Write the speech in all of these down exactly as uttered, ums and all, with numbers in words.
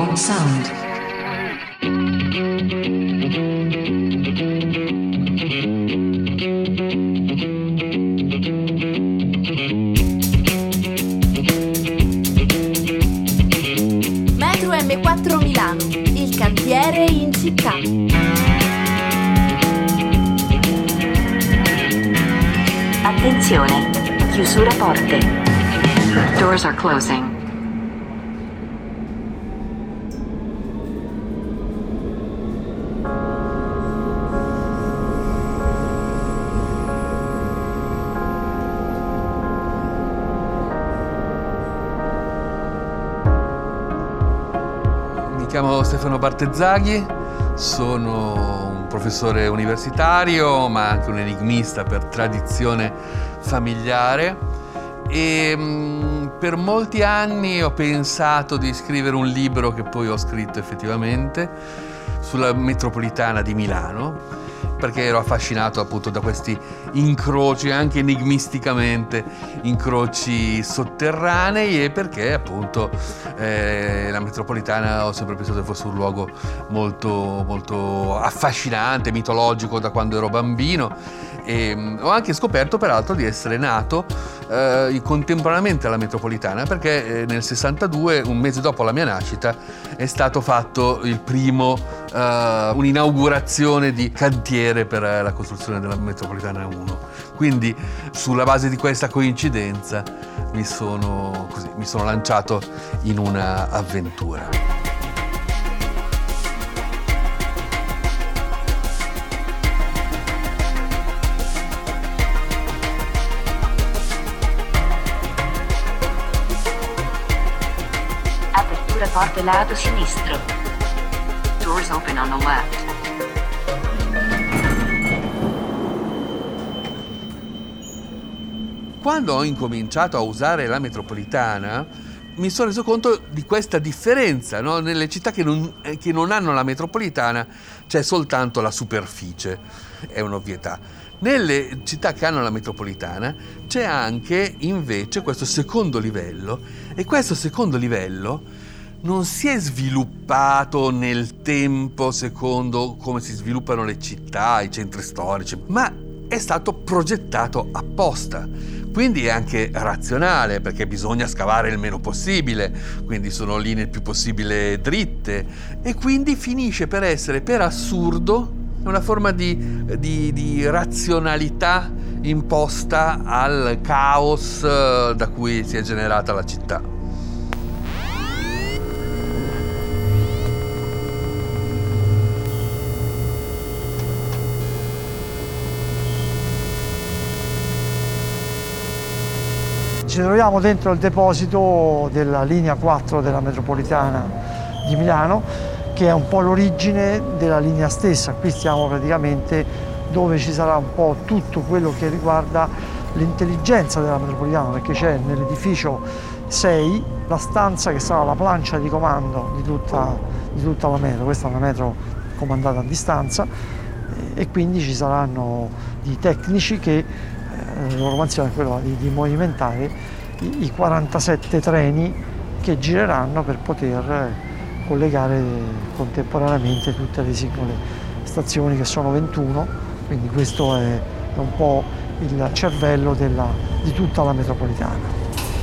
Surround sound. Metro M quattro Milano, il cantiere in città. Attenzione, chiusura porte. Doors are closing. Mi chiamo Stefano Bartezzaghi, sono un professore universitario ma anche un enigmista per tradizione familiare e mh, per molti anni ho pensato di scrivere un libro che poi ho scritto effettivamente sulla metropolitana di Milano, perché ero affascinato appunto da questi incroci, anche enigmisticamente incroci sotterranei, e perché appunto eh, la metropolitana ho sempre pensato che fosse un luogo molto, molto affascinante, mitologico da quando ero bambino. E mh, ho anche scoperto peraltro di essere nato eh, contemporaneamente alla metropolitana, perché eh, nel sessantadue, un mese dopo la mia nascita, è stato fatto il primo, eh, un'inaugurazione di cantiere per la costruzione della metropolitana uno. Quindi sulla base di questa coincidenza mi sono, così, mi sono lanciato in una avventura. Apertura porte lato sinistro. Doors open on the left. Quando ho incominciato a usare la metropolitana mi sono reso conto di questa differenza, no? Nelle città che non, che non hanno la metropolitana c'è soltanto la superficie, è un'ovvietà. Nelle città che hanno la metropolitana c'è anche invece questo secondo livello, e questo secondo livello non si è sviluppato nel tempo secondo come si sviluppano le città, i centri storici, ma è stato progettato apposta. Quindi è anche razionale, perché bisogna scavare il meno possibile, quindi sono linee il più possibile dritte, e quindi finisce per essere, per assurdo, una forma di, di, di razionalità imposta al caos da cui si è generata la città. Ci troviamo dentro il deposito della linea quattro della metropolitana di Milano, che è un po' l'origine della linea stessa. Qui stiamo praticamente dove ci sarà un po' tutto quello che riguarda l'intelligenza della metropolitana, perché c'è nell'edificio sei la stanza che sarà la plancia di comando di tutta, di tutta la metro. Questa è una metro comandata a distanza, e quindi ci saranno i tecnici che la loro mansione è quella di, di movimentare i, i quarantasette treni che gireranno per poter collegare contemporaneamente tutte le singole stazioni, che sono ventuno, quindi questo è, è un po' il cervello della, di tutta la metropolitana.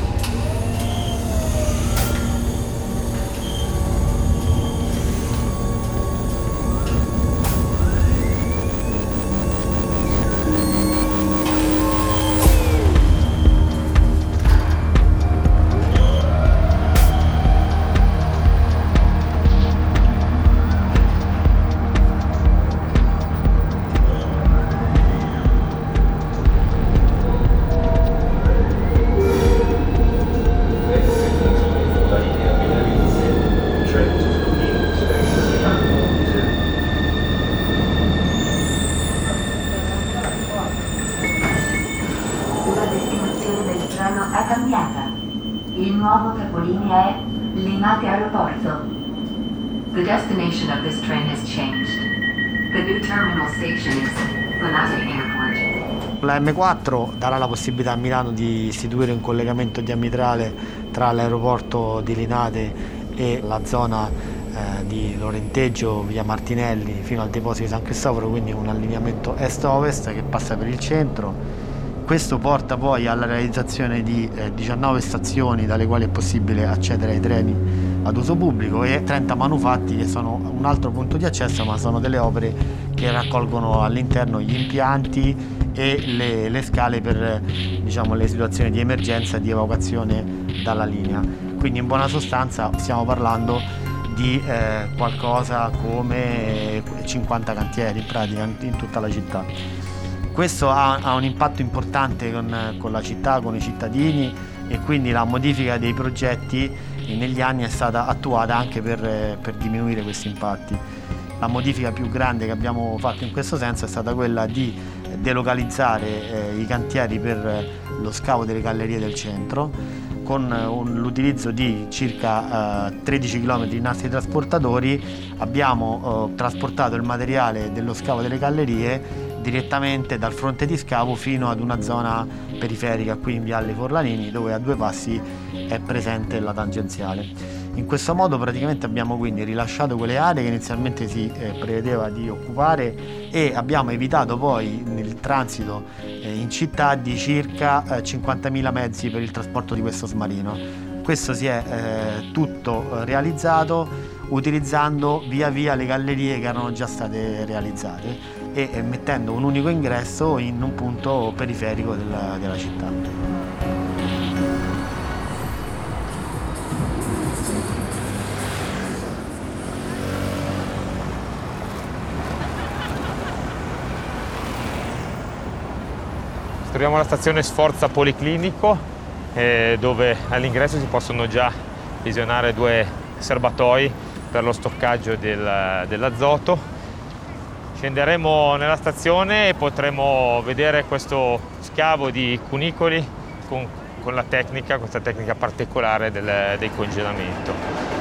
Il nuovo capolinea è Linate Aeroporto. The destination of this train has changed. The new terminal station is Linate Airport. La emme quattro darà la possibilità a Milano di istituire un collegamento diametrale tra l'aeroporto di Linate e la zona eh, di Lorenteggio, via Martinelli fino al deposito di San Cristoforo, quindi un allineamento est-ovest che passa per il centro. Questo porta poi alla realizzazione di eh, diciannove stazioni dalle quali è possibile accedere ai treni ad uso pubblico e trenta manufatti che sono un altro punto di accesso, ma sono delle opere che raccolgono all'interno gli impianti e le, le scale per, diciamo, le situazioni di emergenza e di evacuazione dalla linea. Quindi in buona sostanza stiamo parlando di eh, qualcosa come cinquanta cantieri in pratica in tutta la città. Questo ha, ha un impatto importante con, con la città, con i cittadini, e quindi la modifica dei progetti negli anni è stata attuata anche per, per diminuire questi impatti. La modifica più grande che abbiamo fatto in questo senso è stata quella di delocalizzare eh, i cantieri per lo scavo delle gallerie del centro, con un, l'utilizzo di circa eh, tredici chilometri di nastri trasportatori. Abbiamo eh, trasportato il materiale dello scavo delle gallerie direttamente dal fronte di scavo fino ad una zona periferica qui in Viale Forlanini, dove a due passi è presente la tangenziale. In questo modo praticamente abbiamo quindi rilasciato quelle aree che inizialmente si eh, prevedeva di occupare, e abbiamo evitato poi nel transito eh, in città di circa eh, cinquantamila mezzi per il trasporto di questo smarino. Questo si è eh, tutto realizzato utilizzando via via le gallerie che erano già state realizzate e, e mettendo un unico ingresso in un punto periferico della, della città. Troviamo la stazione Sforza Policlinico, eh, dove all'ingresso si possono già visionare due serbatoi per lo stoccaggio del, dell'azoto. Scenderemo nella stazione e potremo vedere questo scavo di cunicoli con, con la tecnica, questa tecnica particolare del, del congelamento.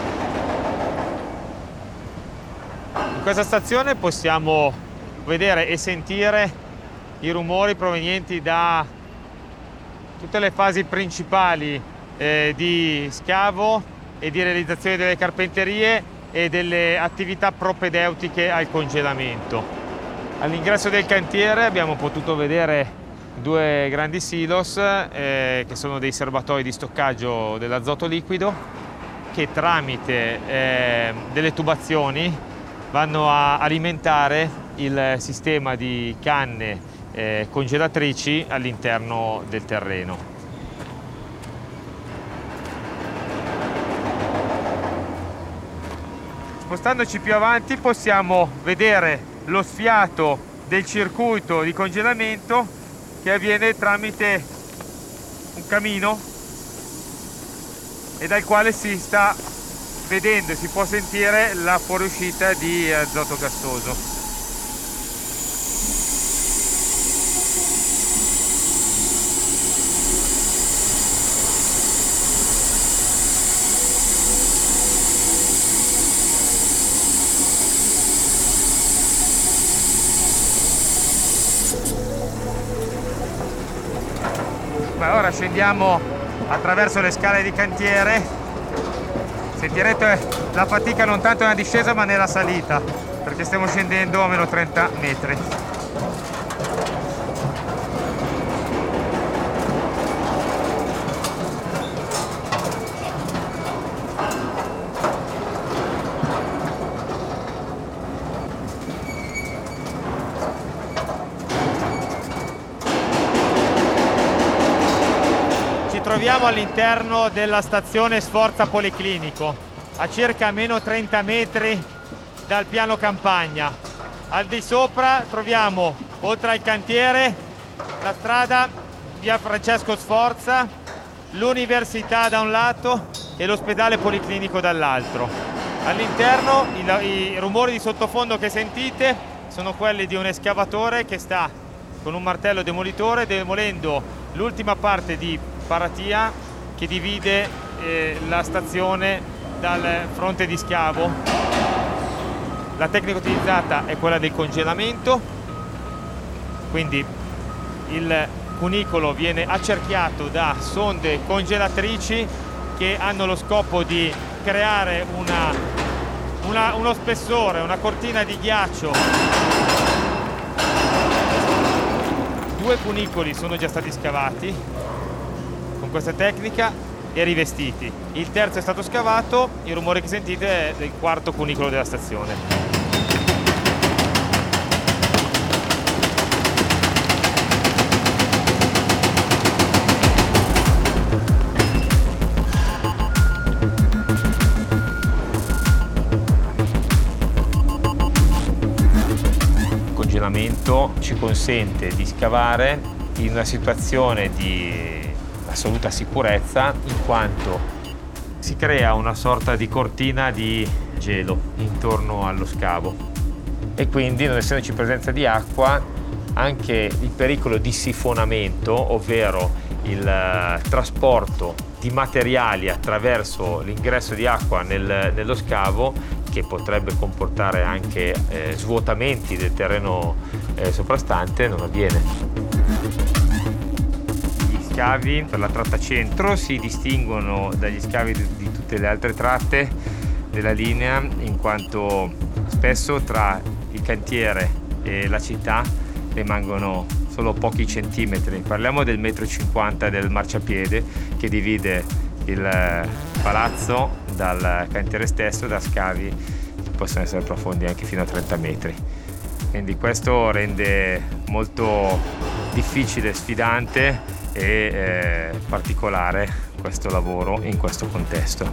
In questa stazione possiamo vedere e sentire i rumori provenienti da tutte le fasi principali eh, di scavo e di realizzazione delle carpenterie e delle attività propedeutiche al congelamento. All'ingresso del cantiere abbiamo potuto vedere due grandi silos eh, che sono dei serbatoi di stoccaggio dell'azoto liquido, che tramite eh, delle tubazioni vanno a alimentare il sistema di canne Eh, congelatrici all'interno del terreno. Spostandoci più avanti possiamo vedere lo sfiato del circuito di congelamento che avviene tramite un camino e dal quale si sta vedendo e si può sentire la fuoriuscita di azoto gassoso. Beh, ora scendiamo attraverso le scale di cantiere. Sentirete la fatica non tanto nella discesa ma nella salita, perché stiamo scendendo a meno trenta metri. Troviamo all'interno della stazione Sforza Policlinico, a circa meno trenta metri dal piano campagna. Al di sopra troviamo, oltre al cantiere, la strada via Francesco Sforza, l'università da un lato e l'ospedale policlinico dall'altro. All'interno i, i rumori di sottofondo che sentite sono quelli di un escavatore che sta con un martello demolitore demolendo l'ultima parte di paratia che divide eh, la stazione dal fronte di scavo. La tecnica utilizzata è quella del congelamento, quindi il cunicolo viene accerchiato da sonde congelatrici che hanno lo scopo di creare una, un una, uno spessore, una cortina di ghiaccio. Due cunicoli sono già stati scavati con questa tecnica e rivestiti. Il terzo è stato scavato, il rumore che sentite è del quarto cunicolo della stazione. Il congelamento ci consente di scavare in una situazione di assoluta sicurezza, in quanto si crea una sorta di cortina di gelo intorno allo scavo e quindi, non essendoci presenza di acqua, anche il pericolo di sifonamento, ovvero il trasporto di materiali attraverso l'ingresso di acqua nel, nello scavo, che potrebbe comportare anche eh, svuotamenti del terreno eh, soprastante, non avviene. Gli scavi per la tratta centro si distinguono dagli scavi di, di tutte le altre tratte della linea, in quanto spesso tra il cantiere e la città rimangono solo pochi centimetri. Parliamo del metro e cinquanta del marciapiede che divide il palazzo dal cantiere stesso, da scavi che possono essere profondi anche fino a trenta metri. Quindi questo rende molto difficile, sfidante e eh, particolare questo lavoro in questo contesto.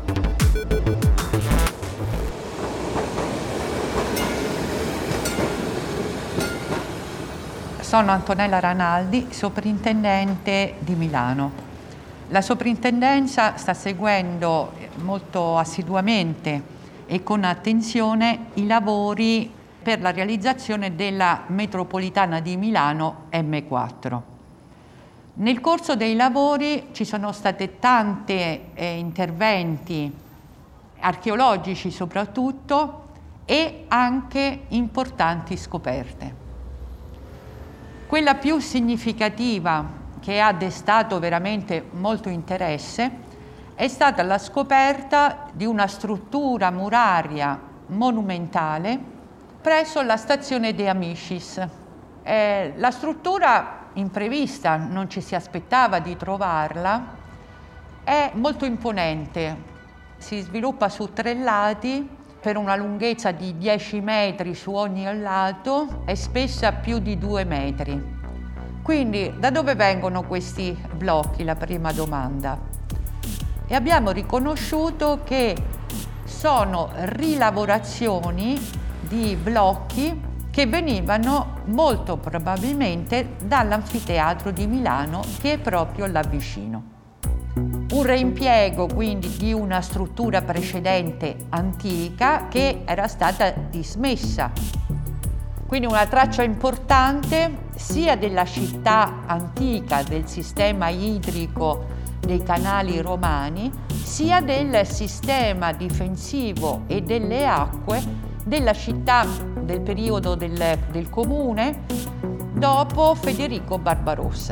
Sono Antonella Ranaldi, soprintendente di Milano. La soprintendenza sta seguendo molto assiduamente e con attenzione i lavori per la realizzazione della metropolitana di Milano M quattro. Nel corso dei lavori ci sono stati tanti eh, interventi archeologici soprattutto e anche importanti scoperte. Quella più significativa, che ha destato veramente molto interesse, è stata la scoperta di una struttura muraria monumentale presso la stazione De Amicis. Eh, la struttura imprevista, non ci si aspettava di trovarla, è molto imponente. Si sviluppa su tre lati per una lunghezza di dieci metri su ogni lato e spessa più di due metri. Quindi da dove vengono questi blocchi? La prima domanda. E abbiamo riconosciuto che sono rilavorazioni di blocchi che venivano molto probabilmente dall'anfiteatro di Milano, che è proprio là vicino. Un reimpiego quindi di una struttura precedente antica che era stata dismessa. Quindi una traccia importante sia della città antica, del sistema idrico dei canali romani, sia del sistema difensivo e delle acque della città del periodo del, del comune dopo Federico Barbarossa.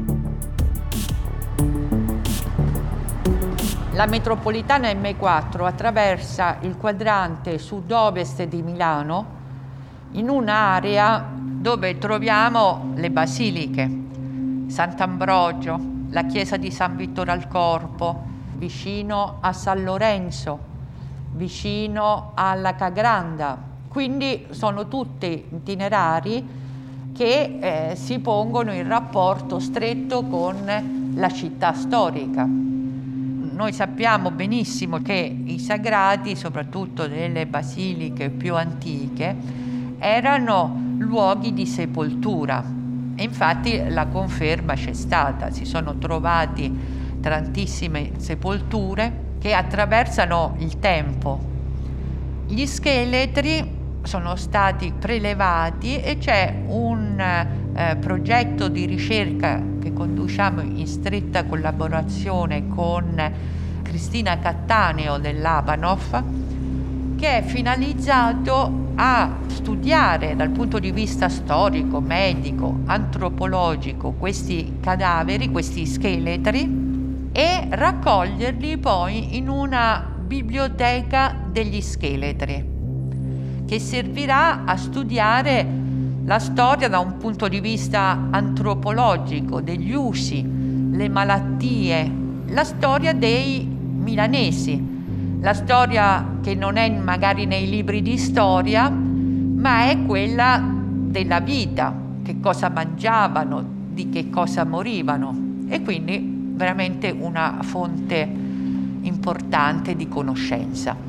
La metropolitana M quattro attraversa il quadrante sud-ovest di Milano in un'area dove troviamo le basiliche, Sant'Ambrogio, la chiesa di San Vittore al Corpo, vicino a San Lorenzo, vicino alla Cagranda. Quindi sono tutti itinerari che eh, si pongono in rapporto stretto con la città storica. Noi sappiamo benissimo che i sagrati, soprattutto delle basiliche più antiche, erano luoghi di sepoltura e infatti la conferma c'è stata. Si sono trovati tantissime sepolture che attraversano il tempo. Gli scheletri sono stati prelevati e c'è un eh, progetto di ricerca che conduciamo in stretta collaborazione con Cristina Cattaneo dell'Abanov, che è finalizzato a studiare dal punto di vista storico, medico, antropologico questi cadaveri, questi scheletri e raccoglierli poi in una biblioteca degli scheletri, che servirà a studiare la storia da un punto di vista antropologico, degli usi, le malattie, la storia dei milanesi, la storia che non è magari nei libri di storia, ma è quella della vita, che cosa mangiavano, di che cosa morivano, e quindi veramente una fonte importante di conoscenza.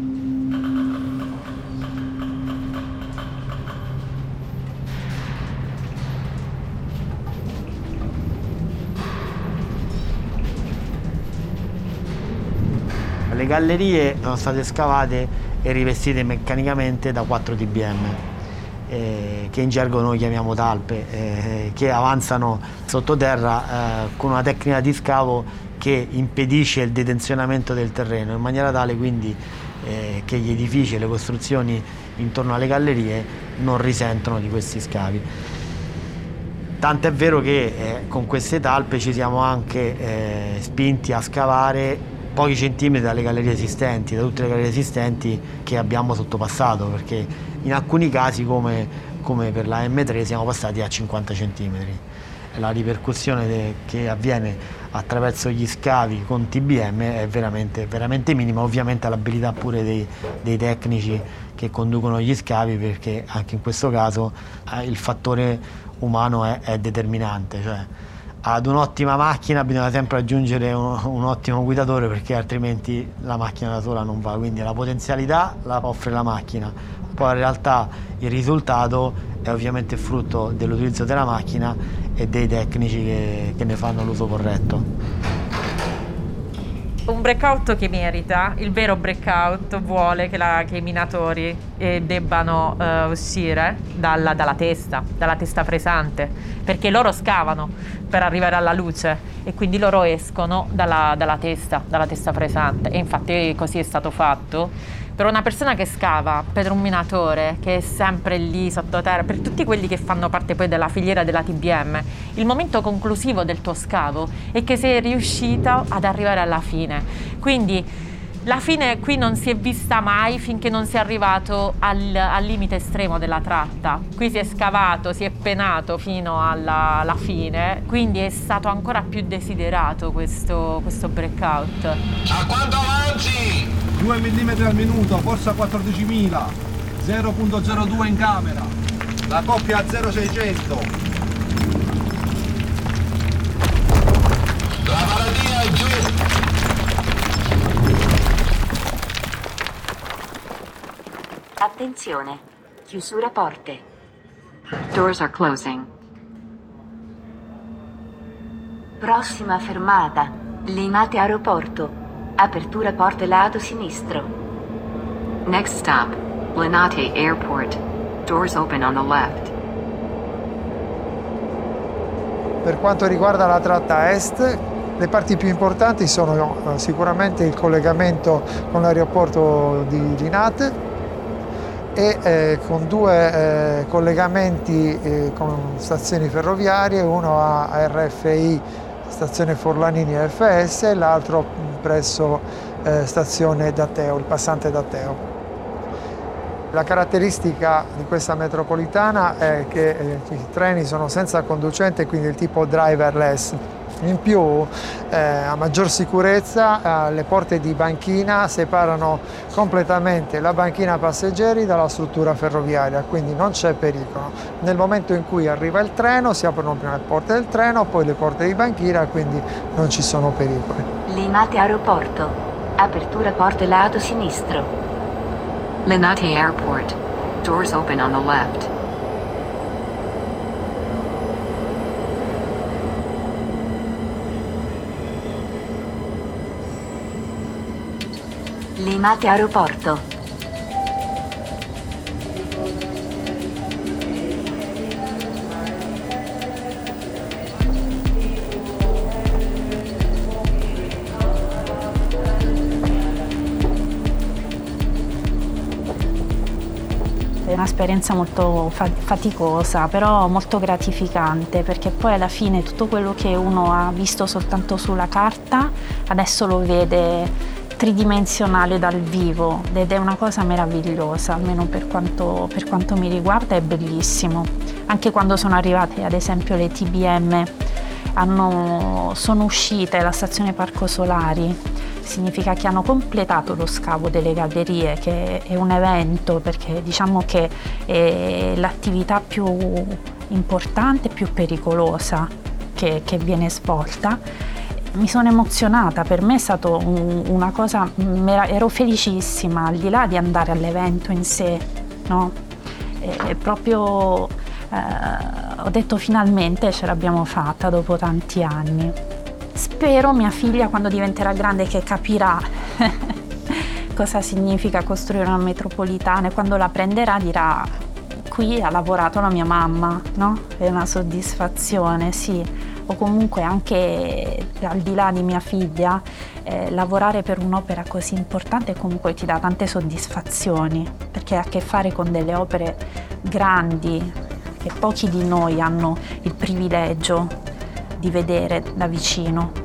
Le gallerie sono state scavate e rivestite meccanicamente da quattro T B M, eh, che in gergo noi chiamiamo talpe, eh, che avanzano sottoterra eh, con una tecnica di scavo che impedisce il detensionamento del terreno, in maniera tale quindi eh, che gli edifici e le costruzioni intorno alle gallerie non risentono di questi scavi. Tant'è vero che eh, con queste talpe ci siamo anche eh, spinti a scavare pochi centimetri dalle gallerie esistenti, da tutte le gallerie esistenti che abbiamo sottopassato, perché in alcuni casi come, come per la M tre siamo passati a cinquanta centimetri. La ripercussione de, che avviene attraverso gli scavi con T B M è veramente, veramente minima, ovviamente l'abilità pure dei, dei tecnici che conducono gli scavi, perché anche in questo caso eh, il fattore umano è, è determinante. Cioè, ad un'ottima macchina bisogna sempre aggiungere un, un ottimo guidatore, perché altrimenti la macchina da sola non va, quindi la potenzialità la offre la macchina, poi in realtà il risultato è ovviamente frutto dell'utilizzo della macchina e dei tecnici che, che ne fanno l'uso corretto. Un breakout che merita, il vero breakout vuole che, la, che i minatori eh, debbano eh, uscire dalla, dalla testa, dalla testa fresante, perché loro scavano per arrivare alla luce e quindi loro escono dalla, dalla testa, dalla testa fresante, e infatti così è stato fatto. Per una persona che scava, per un minatore che è sempre lì sottoterra, per tutti quelli che fanno parte poi della filiera della T B M, il momento conclusivo del tuo scavo è che sei riuscito ad arrivare alla fine. Quindi la fine qui non si è vista mai finché non si è arrivato al, al limite estremo della tratta. Qui si è scavato, si è penato fino alla, alla fine, quindi è stato ancora più desiderato questo, questo breakout. A quanto avanzi? due millimetri al minuto, forza quattordicimila, zero virgola zero due in camera, la coppia a zero virgola seicento. La malattia è giù. Attenzione, chiusura porte. Doors are closing. Prossima fermata, Linate Aeroporto. Apertura porte lato sinistro. Next stop, Linate Airport. Doors open on the left. Per quanto riguarda la tratta est, le parti più importanti sono sicuramente il collegamento con l'aeroporto di Linate e eh, con due eh, collegamenti eh, con stazioni ferroviarie, uno a R F I, stazione Forlanini F S, e l'altro presso eh, stazione Datteo, il passante Datteo. La caratteristica di questa metropolitana è che eh, i treni sono senza conducente, quindi il tipo driverless. In più, eh, a maggior sicurezza, eh, le porte di banchina separano completamente la banchina passeggeri dalla struttura ferroviaria, quindi non c'è pericolo. Nel momento in cui arriva il treno si aprono prima le porte del treno, poi le porte di banchina, quindi non ci sono pericoli. Linate Aeroporto. Apertura porte lato sinistro. Linate Airport. Doors open on the left. Linate Aeroporto. È un'esperienza molto faticosa, però molto gratificante, perché poi alla fine tutto quello che uno ha visto soltanto sulla carta adesso lo vede tridimensionale dal vivo ed è una cosa meravigliosa, almeno per quanto, per quanto mi riguarda è bellissimo. Anche quando sono arrivate ad esempio le T B M, hanno, sono uscite dalla stazione Parco Solari, significa che hanno completato lo scavo delle gallerie, che è un evento perché diciamo che è l'attività più importante e più pericolosa che, che viene svolta. Mi sono emozionata, per me è stata un, una cosa, ero felicissima, al di là di andare all'evento in sé, no? E proprio eh, ho detto finalmente ce l'abbiamo fatta dopo tanti anni. Spero mia figlia quando diventerà grande che capirà cosa significa costruire una metropolitana e quando la prenderà dirà qui ha lavorato la mia mamma, no? È una soddisfazione, sì. O comunque anche al di là di mia figlia, eh, lavorare per un'opera così importante comunque ti dà tante soddisfazioni, perché ha a che fare con delle opere grandi che pochi di noi hanno il privilegio di vedere da vicino.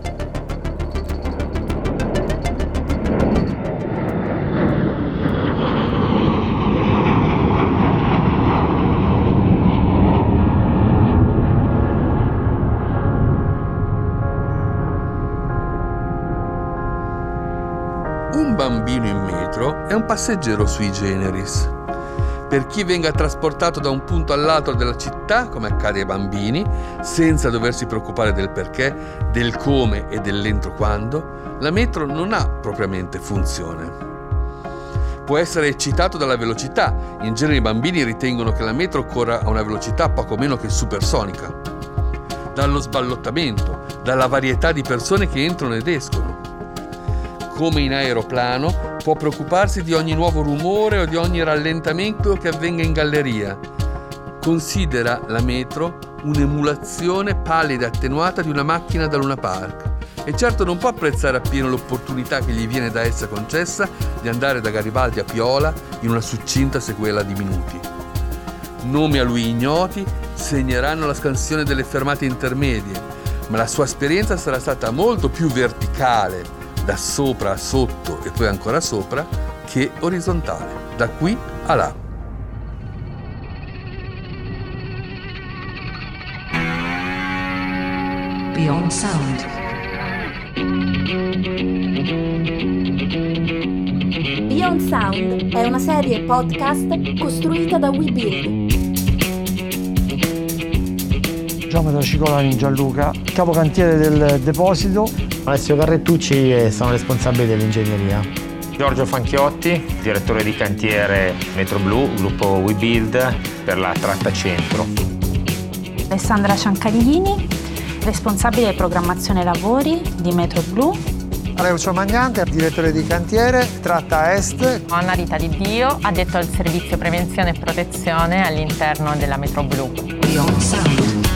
Un bambino in metro è un passeggero sui generis. Per chi venga trasportato da un punto all'altro della città, come accade ai bambini, senza doversi preoccupare del perché, del come e dell'entro quando, la metro non ha propriamente funzione. Può essere eccitato dalla velocità. In genere i bambini ritengono che la metro corra a una velocità poco meno che supersonica. Dallo sballottamento, dalla varietà di persone che entrano ed escono. Come in aeroplano, può preoccuparsi di ogni nuovo rumore o di ogni rallentamento che avvenga in galleria. Considera la metro un'emulazione pallida e attenuata di una macchina da Luna Park e certo non può apprezzare appieno l'opportunità che gli viene da essa concessa di andare da Garibaldi a Piola in una succinta sequela di minuti. Nomi a lui ignoti segneranno la scansione delle fermate intermedie, ma la sua esperienza sarà stata molto più verticale da sopra a sotto e poi ancora sopra che orizzontale, da qui a là. Beyond Sound. Beyond Sound è una serie podcast costruita da WeBuild. Geometra Cicolani Gianluca, capocantiere del deposito. Alessio Carrettucci e sono responsabile dell'ingegneria. Giorgio Fanchiotti, direttore di cantiere Metro Blu, gruppo WeBuild per la tratta centro. Alessandra Ciancaglini, responsabile programmazione lavori di Metro Blu. Aleucio Magnante, direttore di cantiere, tratta est. Anna Rita Di Dio, addetto al servizio prevenzione e protezione all'interno della Metro Blu. Beyond Sound.